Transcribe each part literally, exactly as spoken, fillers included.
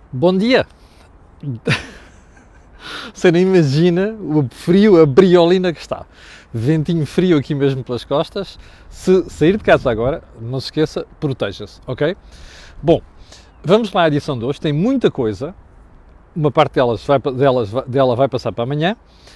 Bom dia! Você nem imagina o frio, a briolina que está. Ventinho frio aqui mesmo pelas costas. Se sair de casa agora, não se esqueça, proteja-se, ok? Bom, vamos lá à edição de hoje. Tem muita coisa. Uma parte delas vai, delas, dela vai passar para amanhã.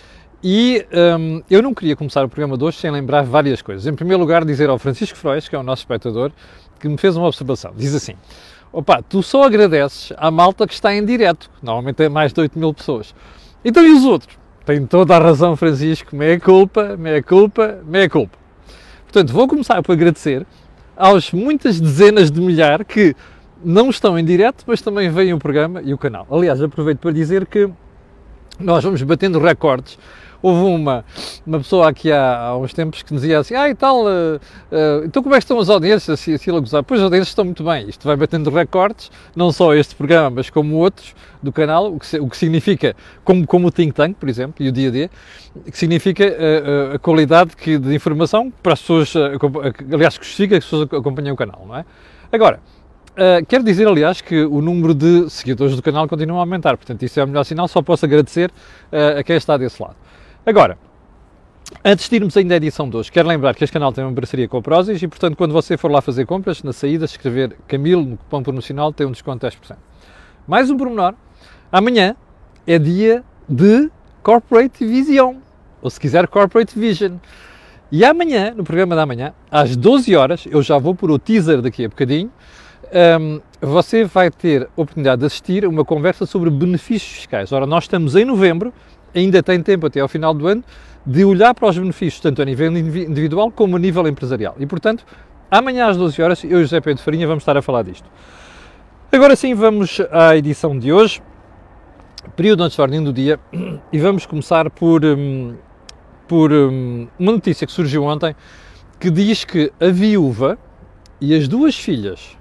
E hum, eu não queria começar o programa de hoje sem lembrar várias coisas. Em primeiro lugar, dizer ao Francisco Frois, que é o nosso espectador, que me fez uma observação. Diz assim: opa, tu só agradeces à malta que está em direto. Normalmente é mais de oito mil pessoas. Então e os outros? Tem toda a razão, Francisco. Meia culpa, meia culpa, meia culpa. Portanto, vou começar por agradecer aos muitas dezenas de milhares que não estão em direto, mas também veem o programa e o canal. Aliás, aproveito para dizer que nós vamos batendo recordes. Houve uma, uma pessoa aqui há, há uns tempos que dizia assim: ah, e tal, uh, uh, então como é que estão as audiências? Assim, assim a gozar. Pois as audiências estão muito bem. Isto vai batendo recordes, não só este programa, mas como outros do canal, o que, o que significa, como, como o Think Tank, por exemplo, e o Dia a Dia, que significa uh, uh, a qualidade que, de informação para as pessoas, uh, aliás, que justifica que as pessoas acompanhem o canal, não é? Agora, Uh, quero dizer, aliás, que o número de seguidores do canal continua a aumentar, portanto isso é o melhor sinal, só posso agradecer uh, a quem está desse lado. Agora, antes de irmos ainda à edição de hoje, quero lembrar que este canal tem uma parceria com o Prozis e, portanto, quando você for lá fazer compras, na saída, escrever Camilo no cupom promocional, tem um desconto de dez por cento. Mais um pormenor, amanhã é dia de Corporate Vision, ou se quiser Corporate Vision. E amanhã, no programa da manhã, às doze horas, eu já vou pôr o teaser daqui a bocadinho, Um, você vai ter a oportunidade de assistir a uma conversa sobre benefícios fiscais. Ora, nós estamos em novembro, ainda tem tempo até ao final do ano, de olhar para os benefícios, tanto a nível individual como a nível empresarial. E, portanto, amanhã às doze horas, eu e José Pedro Farinha vamos estar a falar disto. Agora sim, vamos à edição de hoje, período antes da ordem do dia, e vamos começar por, um, por um, uma notícia que surgiu ontem, que diz que a viúva e as duas filhas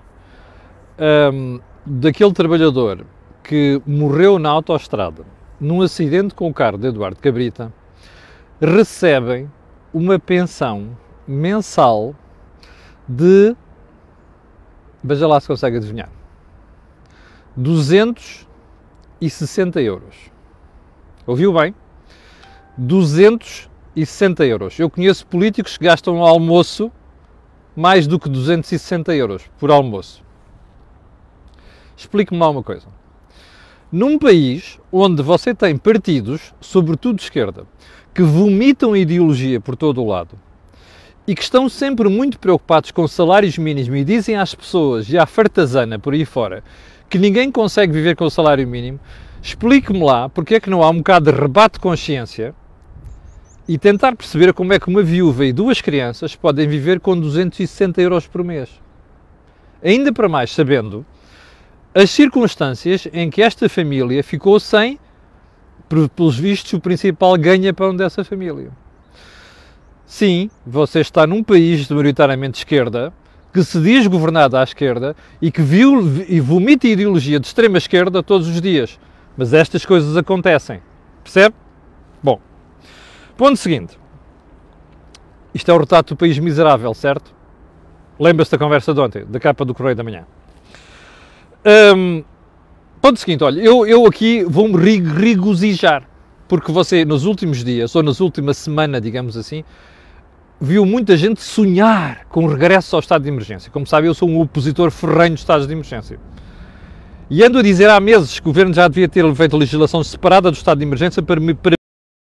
Um, daquele trabalhador que morreu na autoestrada num acidente com o carro de Eduardo Cabrita recebem uma pensão mensal de, veja lá se consegue adivinhar, duzentos e sessenta euros. Ouviu bem? duzentos e sessenta euros. Eu conheço políticos que gastam no almoço mais do que duzentos e sessenta euros por almoço. Explique-me lá uma coisa. Num país onde você tem partidos, sobretudo de esquerda, que vomitam ideologia por todo o lado e que estão sempre muito preocupados com salários mínimos e dizem às pessoas e à fartazana por aí fora que ninguém consegue viver com o salário mínimo, explique-me lá porque é que não há um bocado de rebate de consciência e tentar perceber como é que uma viúva e duas crianças podem viver com duzentos e sessenta euros por mês. Ainda para mais sabendo as circunstâncias em que esta família ficou sem, pelos vistos, o principal ganha-pão dessa família. Sim, você está num país de maioritariamente esquerda, que se diz governado à esquerda e que viu e vomita ideologia de extrema esquerda todos os dias. Mas estas coisas acontecem. Percebe? Bom, ponto seguinte. Isto é o retrato do país miserável, certo? Lembra-se da conversa de ontem, da capa do Correio da Manhã. Um, ponto seguinte, olha, eu, eu aqui vou-me regozijar, porque você nos últimos dias, ou nas últimas semanas, digamos assim, viu muita gente sonhar com o regresso ao estado de emergência. Como sabe, eu sou um opositor ferrenho dos estados de emergência. E ando a dizer há meses que o Governo já devia ter feito a legislação separada do estado de emergência para, para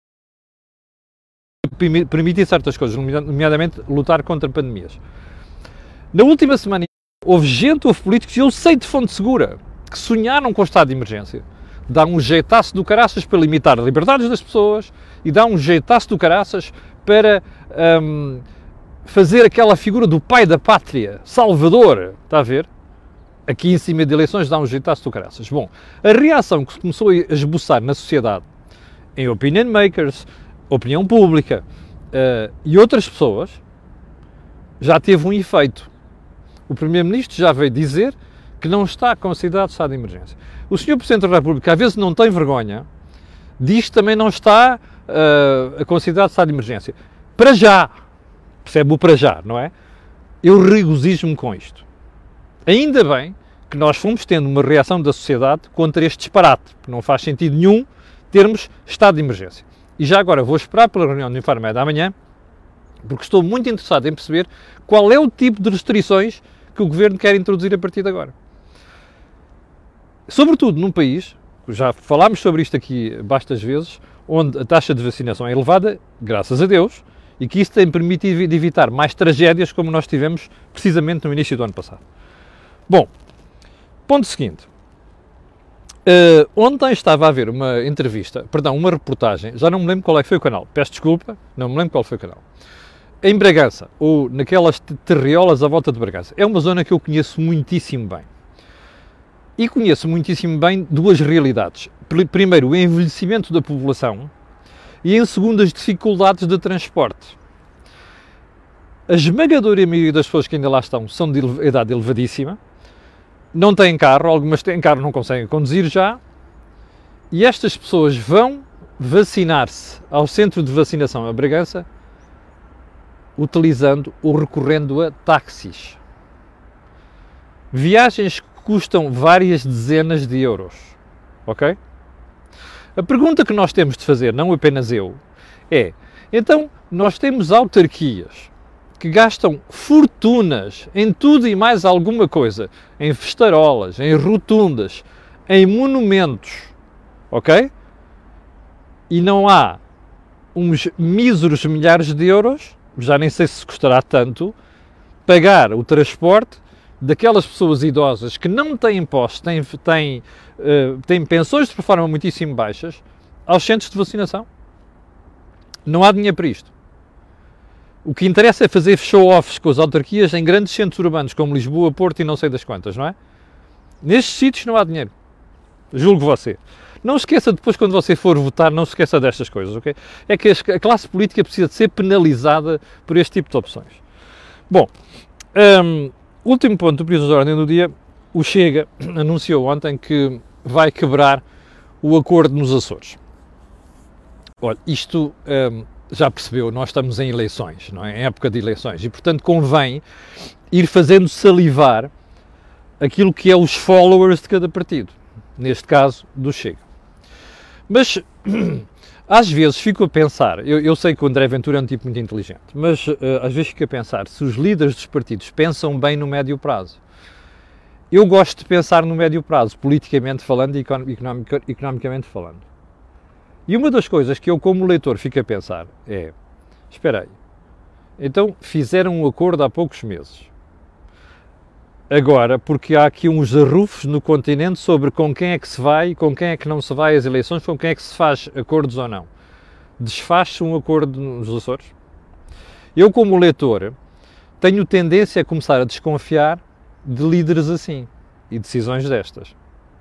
permitir certas coisas, nomeadamente lutar contra pandemias. Na última semana, houve gente, houve políticos, e eu sei de fonte segura, que sonharam com o estado de emergência. Dá um jeitaço do caraças para limitar as liberdades das pessoas e dá um jeitaço do caraças para um, fazer aquela figura do pai da pátria, Salvador, está a ver? Aqui em cima de eleições dá um jeitaço do caraças. Bom, a reação que começou a esboçar na sociedade, em opinion makers, opinião pública uh, e outras pessoas, já teve um efeito. O Primeiro-Ministro já veio dizer que não está considerado estado de emergência. O senhor Presidente da República, às vezes não tem vergonha, diz que também não está uh, considerado estado de emergência. Para já, percebe o para já, não é? Eu regozijo-me com isto. Ainda bem que nós fomos tendo uma reação da sociedade contra este disparate, porque não faz sentido nenhum termos estado de emergência. E já agora vou esperar pela reunião do Infarmed amanhã, porque estou muito interessado em perceber qual é o tipo de restrições que o Governo quer introduzir a partir de agora. Sobretudo num país, já falámos sobre isto aqui bastas vezes, onde a taxa de vacinação é elevada, graças a Deus, e que isso tem permitido de evitar mais tragédias como nós tivemos precisamente no início do ano passado. Bom, ponto seguinte. Uh, ontem estava a haver uma entrevista, perdão, uma reportagem, já não me lembro qual é que foi o canal, peço desculpa, não me lembro qual foi o canal, em Bragança, ou naquelas terriolas à volta de Bragança. É uma zona que eu conheço muitíssimo bem. E conheço muitíssimo bem duas realidades. Primeiro, o envelhecimento da população e, em segundo, as dificuldades de transporte. A esmagadora maioria das pessoas que ainda lá estão são de idade elevadíssima, não têm carro, algumas têm carro, não conseguem conduzir já, e estas pessoas vão vacinar-se ao centro de vacinação a Bragança utilizando ou recorrendo a táxis. Viagens que custam várias dezenas de euros, ok? A pergunta que nós temos de fazer, não apenas eu, é, então, nós temos autarquias que gastam fortunas em tudo e mais alguma coisa, em festarolas, em rotundas, em monumentos, ok? E não há uns míseros milhares de euros, já nem sei se custará tanto, pagar o transporte daquelas pessoas idosas que não têm impostos, têm, têm, uh, têm pensões de forma muitíssimo baixas, aos centros de vacinação. Não há dinheiro para isto. O que interessa é fazer show-offs com as autarquias em grandes centros urbanos, como Lisboa, Porto e não sei das quantas, não é? Nestes sítios não há dinheiro. Julgo você. Não esqueça, depois quando você for votar, não se esqueça destas coisas, ok? É que a classe política precisa de ser penalizada por este tipo de opções. Bom, um, último ponto do período de ordem do dia, o Chega anunciou ontem que vai quebrar o acordo nos Açores. Olha, isto um, já percebeu, nós estamos em eleições, não é? Em época de eleições, e portanto convém ir fazendo salivar aquilo que é os followers de cada partido, neste caso do Chega. Mas às vezes fico a pensar, eu, eu sei que o André Ventura é um tipo muito inteligente, mas uh, às vezes fico a pensar se os líderes dos partidos pensam bem no médio prazo. Eu gosto de pensar no médio prazo, politicamente falando e economic, economicamente falando. E uma das coisas que eu, como leitor, fico a pensar é, espera aí, então fizeram um acordo há poucos meses. Agora, porque há aqui uns arrufos no continente sobre com quem é que se vai, com quem é que não se vai às eleições, com quem é que se faz acordos ou não. Desfaz-se um acordo nos Açores? Eu, como leitor, tenho tendência a começar a desconfiar de líderes assim e decisões destas.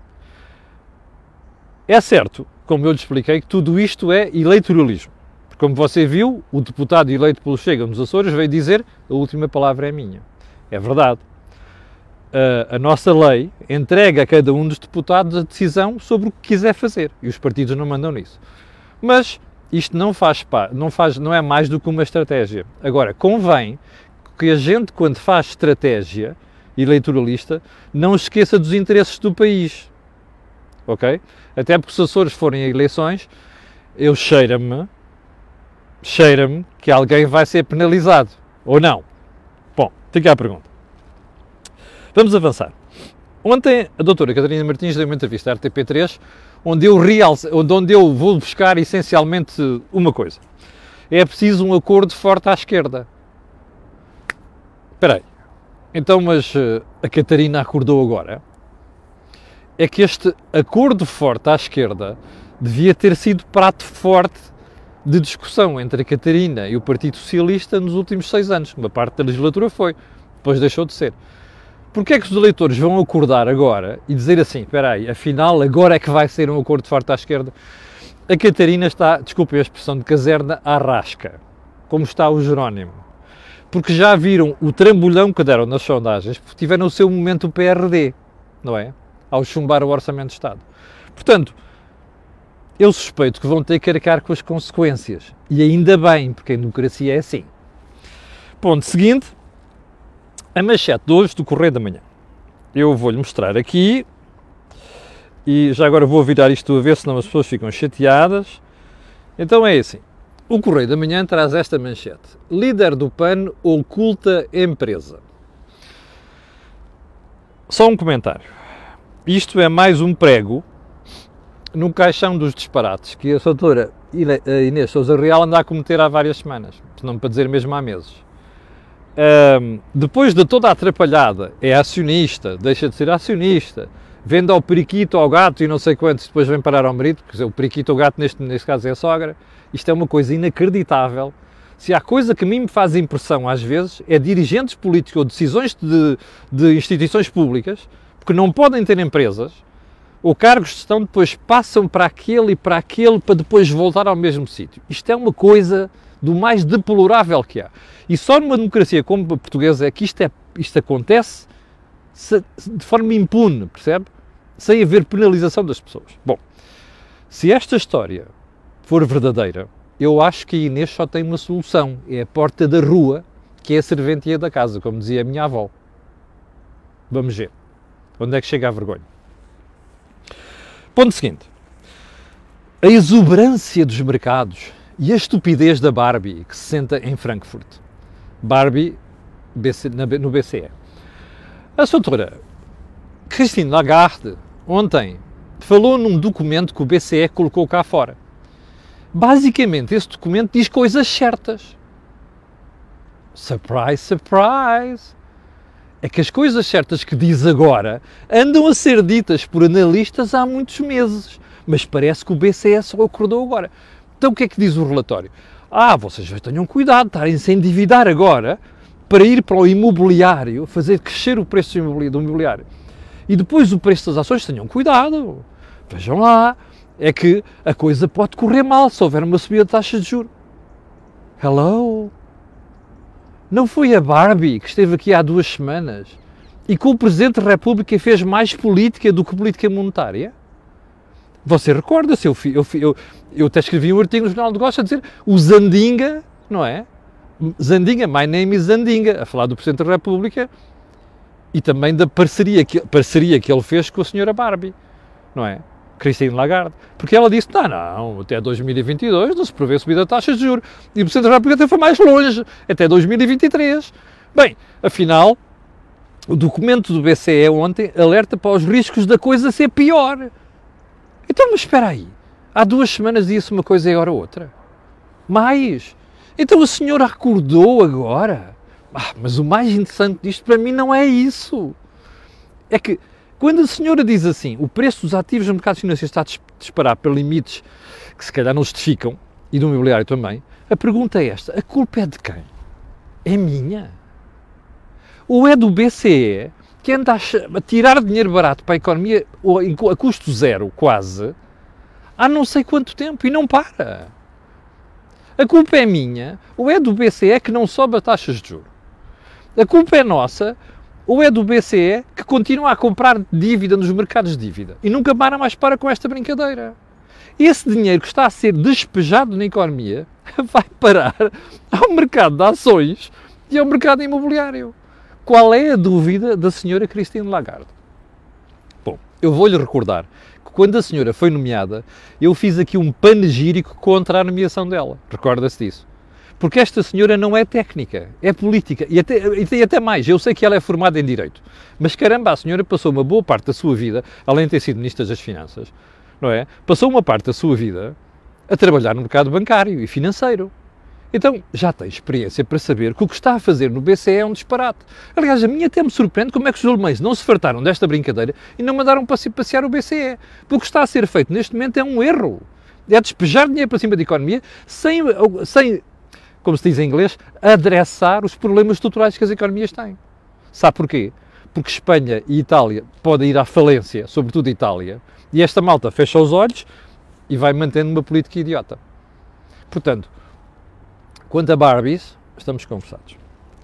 É certo, como eu lhe expliquei, que tudo isto é eleitoralismo. Como você viu, o deputado eleito pelo Chega nos Açores veio dizer a última palavra é minha. É verdade. A, a nossa lei entrega a cada um dos deputados a decisão sobre o que quiser fazer e os partidos não mandam nisso. Mas isto não faz, não faz, não é mais do que uma estratégia. Agora, convém que a gente, quando faz estratégia eleitoralista, não esqueça dos interesses do país, ok? Até porque se os Açores forem a eleições, eu cheira-me, cheira-me que alguém vai ser penalizado, ou não? Bom, fica a pergunta. Vamos avançar. Ontem a doutora Catarina Martins deu uma entrevista à R T P três, onde eu, realce, onde eu vou buscar essencialmente uma coisa. É preciso um acordo forte à esquerda. Espera aí. Então, mas a Catarina acordou agora? É que este acordo forte à esquerda devia ter sido prato forte de discussão entre a Catarina e o Partido Socialista nos últimos seis anos. Uma parte da legislatura foi, depois deixou de ser. Porquê é que os eleitores vão acordar agora e dizer assim, espera aí, afinal agora é que vai ser um acordo forte à esquerda? A Catarina está, desculpe a expressão de caserna, à rasca, como está o Jerónimo. Porque já viram o trambolhão que deram nas sondagens, porque tiveram o seu momento o P R D, não é? Ao chumbar o Orçamento de Estado. Portanto, eu suspeito que vão ter que arcar com as consequências. E ainda bem, porque a democracia é assim. Ponto seguinte. A manchete de hoje do Correio da Manhã. eu vou-lhe mostrar aqui, e já agora vou virar isto a ver, senão as pessoas ficam chateadas. Então é assim, o Correio da Manhã traz esta manchete: líder do P A N oculta empresa. Só um comentário. Isto é mais um prego no caixão dos disparates que a doutora Inês Sousa Real anda a cometer há várias semanas, se não para dizer mesmo há meses. Um, depois de toda a atrapalhada, é acionista, deixa de ser acionista, vende ao periquito, ao gato e não sei quantos, depois vem parar ao marido, quer dizer, o periquito ou o gato neste, neste caso é a sogra. Isto é uma coisa inacreditável. Se há coisa que a mim me faz impressão às vezes é dirigentes políticos ou decisões de, de instituições públicas, porque não podem ter empresas, ou cargos de gestão depois passam para aquele e para aquele para depois voltar ao mesmo sítio. Isto é uma coisa do mais deplorável que há. E só numa democracia como a portuguesa é que isto, é, isto acontece de forma impune, percebe? Sem haver penalização das pessoas. Bom, se esta história for verdadeira, eu acho que a Inês só tem uma solução, é a porta da rua, que é a serventia da casa, como dizia a minha avó. Vamos ver. Onde é que chega a vergonha? Ponto seguinte. A exuberância dos mercados e a estupidez da Barbie, que se senta em Frankfurt. Barbie B C, na, no B C E. A doutora Christine Lagarde, ontem, falou num documento que o B C E colocou cá fora. Basicamente, esse documento diz coisas certas. Surprise, surprise! É que as coisas certas que diz agora andam a ser ditas por analistas há muitos meses, mas parece que o B C E só acordou agora. Então o que é que diz o relatório? Ah, vocês tenham cuidado, estarem-se a endividar agora para ir para o imobiliário, fazer crescer o preço do imobiliário. E depois o preço das ações, tenham cuidado. Vejam lá, é que a coisa pode correr mal se houver uma subida de taxas de juros. Hello? Não foi a Barbie que esteve aqui há duas semanas e com o Presidente da República fez mais política do que política monetária? Você recorda-se, eu, eu, eu, eu até escrevi um artigo no Jornal de Negócios a dizer o Zandinga, não é? Zandinga, my name is Zandinga, a falar do Presidente da República e também da parceria que, parceria que ele fez com a senhora Barbie, não é? Christine Lagarde, porque ela disse, não, não, até dois mil e vinte e dois não se prevê subida de taxas de juros, e o Presidente da República até foi mais longe, até dois mil e vinte e três. Bem, afinal, o documento do B C E ontem alerta para os riscos da coisa ser pior. Então, mas espera aí, há duas semanas disse uma coisa e agora outra. Mais? Então a senhora acordou agora? Ah, mas o mais interessante disto para mim não é isso. É que, quando a senhora diz assim, o preço dos ativos no mercado financeiro está a disparar para limites que se calhar não justificam, e do imobiliário também, a pergunta é esta, a culpa é de quem? É minha? Ou é do B C E, que anda a tirar dinheiro barato para a economia a custo zero, quase, há não sei quanto tempo, e não para? A culpa é minha, ou é do B C E que não sobe as taxas de juros? A culpa é nossa, ou é do B C E que continua a comprar dívida nos mercados de dívida e nunca para mais para com esta brincadeira? Esse dinheiro que está a ser despejado na economia vai parar ao mercado de ações e ao mercado imobiliário. Qual é a dúvida da senhora Christine Lagarde? Bom, eu vou-lhe recordar que quando a senhora foi nomeada, eu fiz aqui um panegírico contra a nomeação dela. Recorda-se disso? Porque esta senhora não é técnica, é política. E até, e até mais, eu sei que ela é formada em Direito. Mas caramba, a senhora passou uma boa parte da sua vida, além de ter sido Ministra das Finanças, não é? Passou uma parte da sua vida a trabalhar no mercado bancário e financeiro. Então, já tem experiência para saber que o que está a fazer no B C E é um disparate. Aliás, a mim até me surpreende como é que os alemães não se fartaram desta brincadeira e não mandaram passear o B C E. Porque o que está a ser feito neste momento é um erro. É despejar dinheiro para cima da economia sem, sem, como se diz em inglês, adressar os problemas estruturais que as economias têm. Sabe porquê? Porque Espanha e Itália podem ir à falência, sobretudo a Itália, e esta malta fecha os olhos e vai mantendo uma política idiota. Portanto, quanto a Barbies, estamos conversados.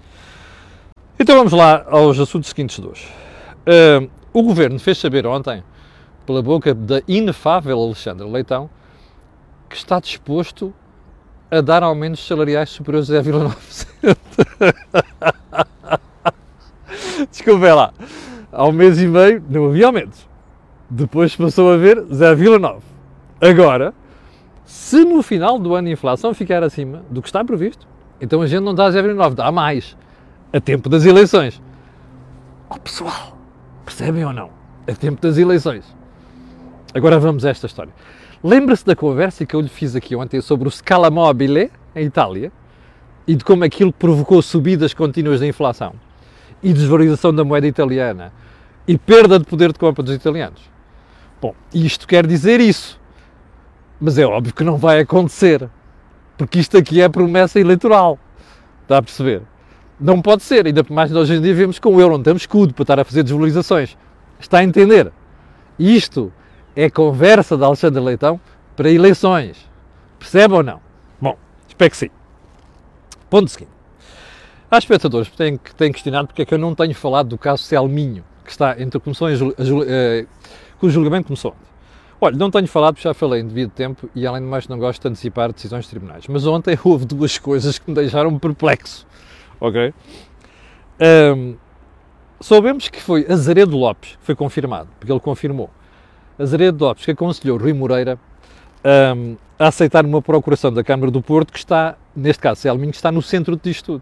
Então vamos lá aos assuntos seguintes de hoje. Uh, o Governo fez saber ontem, pela boca da inefável Alexandre Leitão, que está disposto a dar aumentos salariais superiores a zero vírgula nove por cento. Desculpem lá. Há um mês e meio não havia aumentos. Depois passou a haver zero vírgula nove. Agora, se no final do ano a inflação ficar acima do que está previsto, então a gente não dá zero vírgula nove, dá mais. A tempo das eleições. Oh pessoal, percebem ou não? A tempo das eleições. Agora vamos a esta história. Lembra-se da conversa que eu lhe fiz aqui ontem sobre o Scala Mobile, em Itália, e de como aquilo provocou subidas contínuas da inflação e desvalorização da moeda italiana e perda de poder de compra dos italianos? Bom, isto quer dizer isso, mas é óbvio que não vai acontecer, porque isto aqui é promessa eleitoral, está a perceber? Não pode ser, ainda mais nós hoje em dia vemos com o euro, não temos escudo para estar a fazer desvalorizações, está a entender? Isto é conversa de Alexandre Leitão para eleições, percebe ou não? Bom, espero que sim. Ponto seguinte. Há espectadores que têm, que têm questionado porque é que eu não tenho falado do caso Selminho, que está entre começou a, a, a, que o julgamento começou ontem. Olha, não tenho falado porque já falei em devido tempo e além de mais não gosto de antecipar decisões de tribunais. Mas ontem houve duas coisas que me deixaram perplexo, ok? Um, soubemos que foi Azeredo Lopes, que foi confirmado, porque ele confirmou. Azeredo Lopes que aconselhou Rui Moreira um, a aceitar uma procuração da Câmara do Porto que está, neste caso Selminho, que está no centro disto tudo.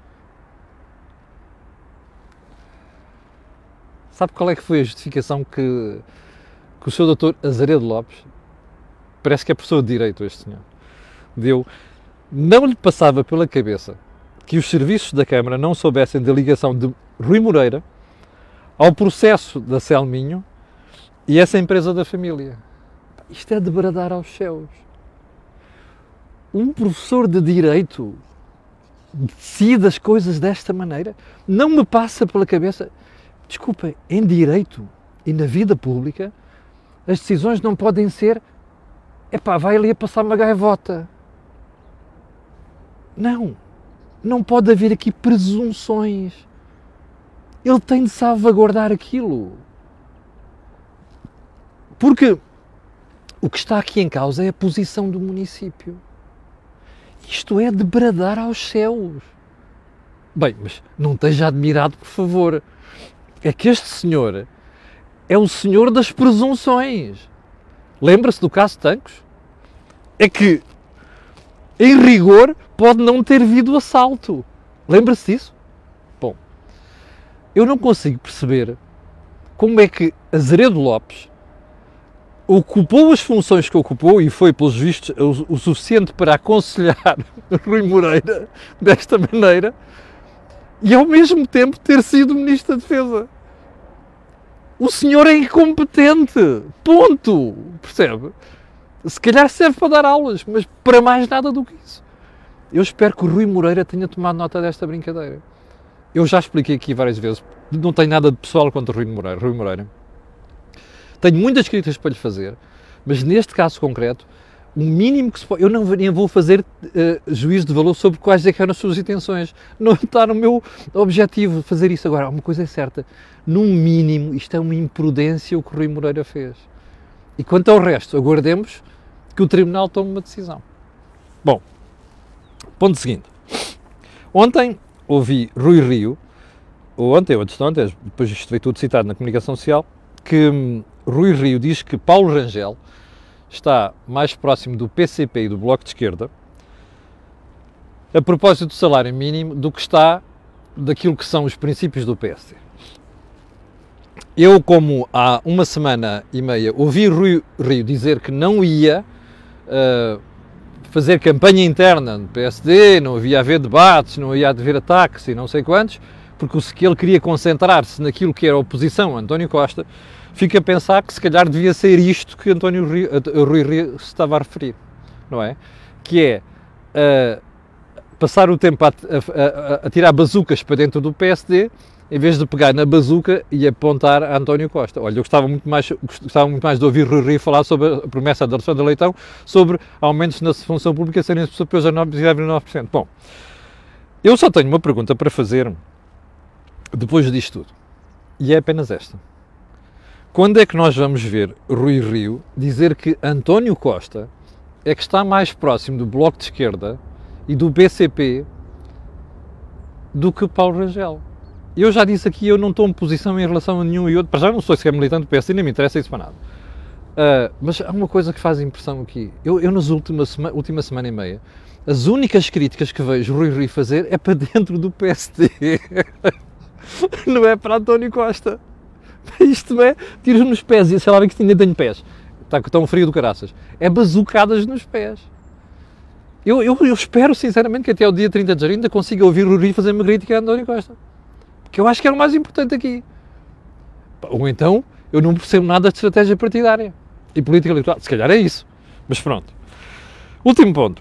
Sabe qual é que foi a justificação que, que o seu doutor Azeredo Lopes, parece que é professor de Direito este senhor, deu? Não lhe passava pela cabeça que os serviços da Câmara não soubessem da ligação de Rui Moreira ao processo da Selminho e essa empresa da família. Isto é de bradar aos céus. Um professor de Direito decide as coisas desta maneira? Não me passa pela cabeça. Desculpem, em Direito e na vida pública, as decisões não podem ser epá, vai ali a passar uma gaivota. Não. Não pode haver aqui presunções. Ele tem de salvaguardar aquilo. Porque o que está aqui em causa é a posição do município. Isto é de bradar aos céus. Bem, mas não esteja admirado, por favor. É que este senhor é o senhor das presunções. Lembra-se do caso de Tancos? É que, em rigor, pode não ter havido assalto. Lembra-se disso? Bom, eu não consigo perceber como é que Azeredo Lopes ocupou as funções que ocupou e foi, pelos vistos, o, o suficiente para aconselhar Rui Moreira desta maneira e, ao mesmo tempo, ter sido Ministro da Defesa. O senhor é incompetente. Ponto. Percebe? Se calhar serve para dar aulas, mas para mais nada do que isso. Eu espero que o Rui Moreira tenha tomado nota desta brincadeira. Eu já expliquei aqui várias vezes, não tenho nada de pessoal contra o Rui Moreira. Rui Moreira. Tenho muitas críticas para lhe fazer, mas neste caso concreto, o mínimo que se pode... Eu não nem vou fazer uh, juízo de valor sobre quais é que eram as suas intenções. Não está no meu objetivo fazer isso. Agora, uma coisa é certa. No mínimo, isto é uma imprudência o que o Rui Moreira fez. E quanto ao resto, aguardemos que o Tribunal tome uma decisão. Bom, ponto seguinte. Ontem ouvi Rui Rio, ou ontem, ou antes de ontem, depois isto veio tudo citado na comunicação social, que hum, Rui Rio diz que Paulo Rangel está mais próximo do P C P e do Bloco de Esquerda a propósito do salário mínimo do que está daquilo que são os princípios do P S D. Eu, como há uma semana e meia, ouvi Rui Rio dizer que não ia uh, fazer campanha interna no P S D, não havia haver debates, não ia haver ataques e não sei quantos, porque o que ele queria concentrar-se naquilo que era a oposição a António Costa, fica a pensar que se calhar devia ser isto que António Rio, Rui Rio se estava a referir, não é? Que é uh, passar o tempo a, a, a, a tirar bazucas para dentro do P S D, em vez de pegar na bazuca e apontar a António Costa. Olha, eu gostava muito mais, gostava muito mais de ouvir Rui Rio falar sobre a promessa de Alexandre Leitão sobre aumentos na função pública serem superiores a nove vírgula nove por cento. Bom, eu só tenho uma pergunta para fazer depois disto tudo, e é apenas esta. Quando é que nós vamos ver Rui Rio dizer que António Costa é que está mais próximo do Bloco de Esquerda e do P C P do que Paulo Rangel? eu já disse aqui, eu não estou em posição em relação a nenhum e outro, para já não sou sequer militante do P S D, nem me interessa isso para nada. Uh, mas há uma coisa que faz impressão aqui, eu, eu nas últimas sema, última semana e meia, as únicas críticas que vejo o Rui Rio fazer é para dentro do P S D, não é para António Costa. Isto é, tiros nos pés, e sei lá bem que ainda tenho pés, está tão frio do caraças, é bazucadas nos pés. Eu, eu, eu espero sinceramente que até ao dia trinta de janeiro ainda consiga ouvir o Rio fazer uma crítica a António Costa, porque eu acho que era o mais importante aqui. Ou então, eu não percebo nada de estratégia partidária e política eleitoral, se calhar é isso, mas pronto. Último ponto,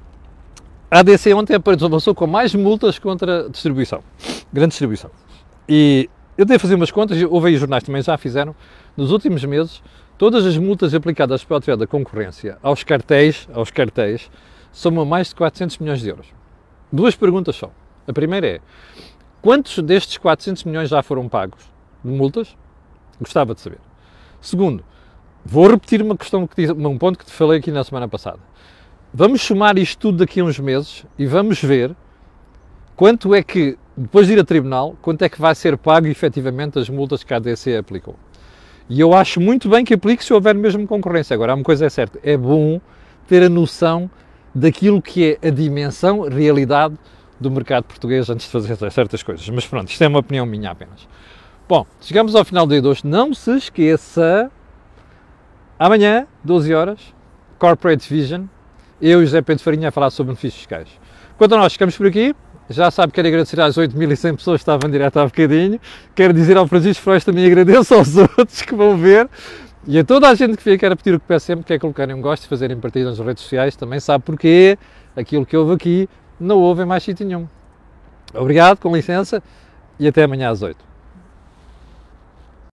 a ADC ontem avançou com mais multas contra a distribuição, grande distribuição, e eu devo fazer umas contas, houve aí jornais também já fizeram, nos últimos meses, todas as multas aplicadas pela autoridade da concorrência aos cartéis, aos cartéis, somam mais de quatrocentos milhões de euros. Duas perguntas só. A primeira é, quantos destes quatrocentos milhões já foram pagos de multas? Gostava de saber. Segundo, vou repetir uma questão, que um ponto que te falei aqui na semana passada. Vamos somar isto tudo daqui a uns meses e vamos ver quanto é que, depois de ir a tribunal, quanto é que vai ser pago efetivamente as multas que a A D C aplicou. E eu acho muito bem que aplique se houver mesmo concorrência. Agora, uma coisa é certa, é bom ter a noção daquilo que é a dimensão, realidade do mercado português antes de fazer certas coisas. Mas pronto, isto é uma opinião minha apenas. Bom, chegamos ao final do dia de hoje. Não se esqueça, amanhã, doze horas, Corporate Vision, eu e José Pedro Farinha a falar sobre benefícios fiscais. Quanto a nós, ficamos por aqui. Já sabe que quero agradecer às oito mil e cem pessoas que estavam direto há bocadinho. Quero dizer ao Francisco Freire também agradeço aos outros que vão ver. E a toda a gente que fica, quero pedir o que peço sempre, que é colocarem um gosto e fazerem partida nas redes sociais. Também sabe porquê. Aquilo que houve aqui não houve em mais sítio nenhum. Obrigado, com licença, e até amanhã às oito.